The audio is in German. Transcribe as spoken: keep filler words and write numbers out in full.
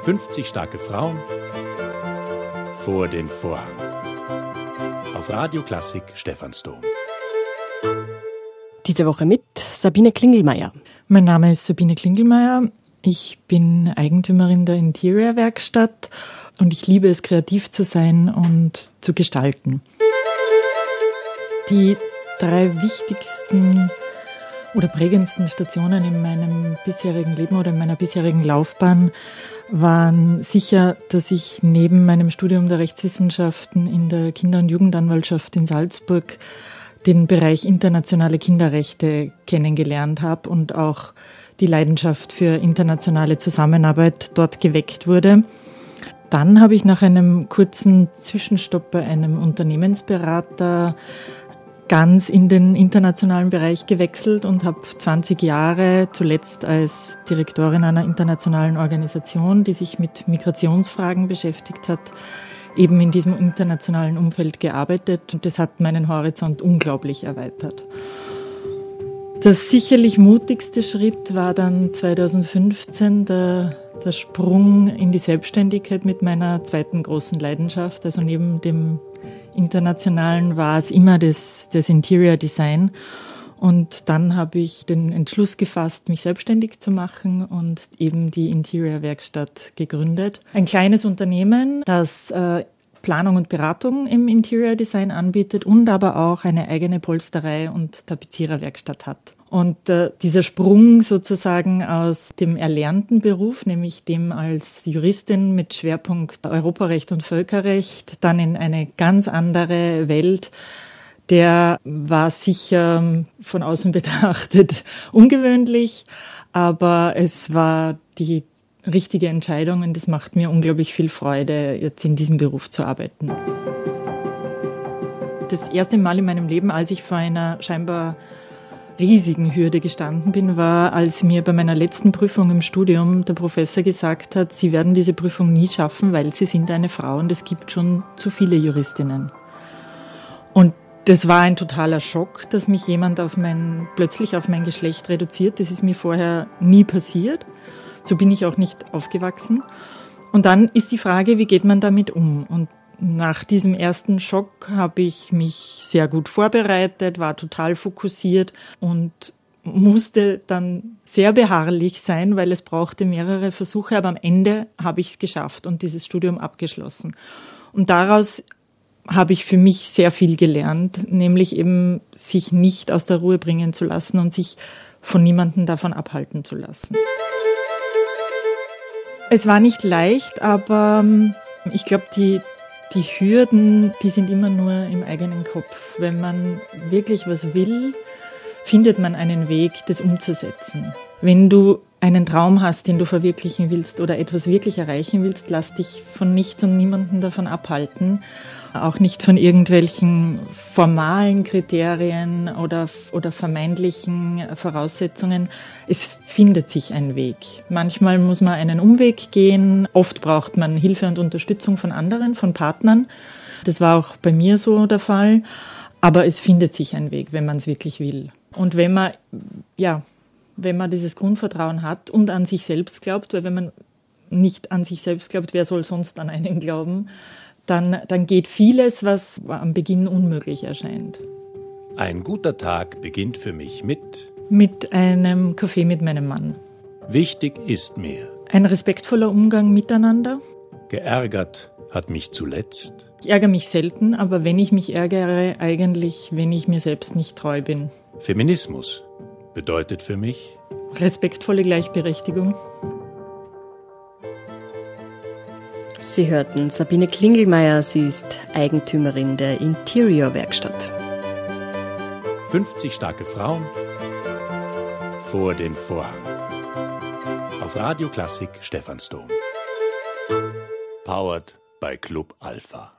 fünfzig starke Frauen vor den Vorhang. Auf Radio Klassik Stephansdom. Diese Woche mit Sabine Klingelmeier. Mein Name ist Sabine Klingelmeier. Ich bin Eigentümerin der Interior-Werkstatt und ich liebe es, kreativ zu sein und zu gestalten. Die drei wichtigsten oder prägendsten Stationen in meinem bisherigen Leben oder in meiner bisherigen Laufbahn waren sicher, dass ich neben meinem Studium der Rechtswissenschaften in der Kinder- und Jugendanwaltschaft in Salzburg den Bereich internationale Kinderrechte kennengelernt habe und auch die Leidenschaft für internationale Zusammenarbeit dort geweckt wurde. Dann habe ich nach einem kurzen Zwischenstopp bei einem Unternehmensberater ganz in den internationalen Bereich gewechselt und habe zwanzig Jahre zuletzt als Direktorin einer internationalen Organisation, die sich mit Migrationsfragen beschäftigt hat, eben in diesem internationalen Umfeld gearbeitet und das hat meinen Horizont unglaublich erweitert. Der sicherlich mutigste Schritt war dann zweitausendfünfzehn der, der Sprung in die Selbstständigkeit mit meiner zweiten großen Leidenschaft, also neben dem Internationalen war es immer das, das Interior Design. Und dann habe ich den Entschluss gefasst, mich selbstständig zu machen und eben die Interior-Werkstatt gegründet. Ein kleines Unternehmen, das äh, Planung und Beratung im Interior Design anbietet und aber auch eine eigene Polsterei- und Tapeziererwerkstatt hat. Und äh, dieser Sprung sozusagen aus dem erlernten Beruf, nämlich dem als Juristin mit Schwerpunkt Europarecht und Völkerrecht, dann in eine ganz andere Welt, der war sicher von außen betrachtet ungewöhnlich, aber es war die richtige Entscheidung und es macht mir unglaublich viel Freude, jetzt in diesem Beruf zu arbeiten. Das erste Mal in meinem Leben, als ich vor einer scheinbar riesigen Hürde gestanden bin, war, als mir bei meiner letzten Prüfung im Studium der Professor gesagt hat, Sie werden diese Prüfung nie schaffen, weil Sie sind eine Frau und es gibt schon zu viele Juristinnen. Und das war ein totaler Schock, dass mich jemand auf mein, plötzlich auf mein Geschlecht reduziert. Das ist mir vorher nie passiert. So bin ich auch nicht aufgewachsen. Und dann ist die Frage, wie geht man damit um? Und nach diesem ersten Schock habe ich mich sehr gut vorbereitet, war total fokussiert und musste dann sehr beharrlich sein, weil es brauchte mehrere Versuche. Aber am Ende habe ich es geschafft und dieses Studium abgeschlossen. Und daraus habe ich für mich sehr viel gelernt, nämlich eben sich nicht aus der Ruhe bringen zu lassen und sich von niemandem davon abhalten zu lassen. Es war nicht leicht, aber ich glaube, die, die Hürden, die sind immer nur im eigenen Kopf. Wenn man wirklich was will, findet man einen Weg, das umzusetzen. Wenn du einen Traum hast, den du verwirklichen willst oder etwas wirklich erreichen willst, lass dich von nichts und niemandem davon abhalten. Auch nicht von irgendwelchen formalen Kriterien oder, oder vermeintlichen Voraussetzungen. Es findet sich ein Weg. Manchmal muss man einen Umweg gehen. Oft braucht man Hilfe und Unterstützung von anderen, von Partnern. Das war auch bei mir so der Fall. Aber es findet sich ein Weg, wenn man es wirklich will. Und wenn man, ja, wenn man dieses Grundvertrauen hat und an sich selbst glaubt, weil wenn man nicht an sich selbst glaubt, wer soll sonst an einen glauben, dann, dann geht vieles, was am Beginn unmöglich erscheint. Ein guter Tag beginnt für mich mit Mit einem Kaffee mit meinem Mann. Wichtig ist mir. Ein respektvoller Umgang miteinander. Geärgert hat mich zuletzt. Ich ärgere mich selten, aber wenn ich mich ärgere, eigentlich, wenn ich mir selbst nicht treu bin. Feminismus bedeutet für mich respektvolle Gleichberechtigung. Sie hörten Sabine Klingelmeier, sie ist Eigentümerin der Interior-Werkstatt. fünfzig starke Frauen vor den Vorhang. Auf Radio Klassik Stephansdom. Powered by Club Alpha.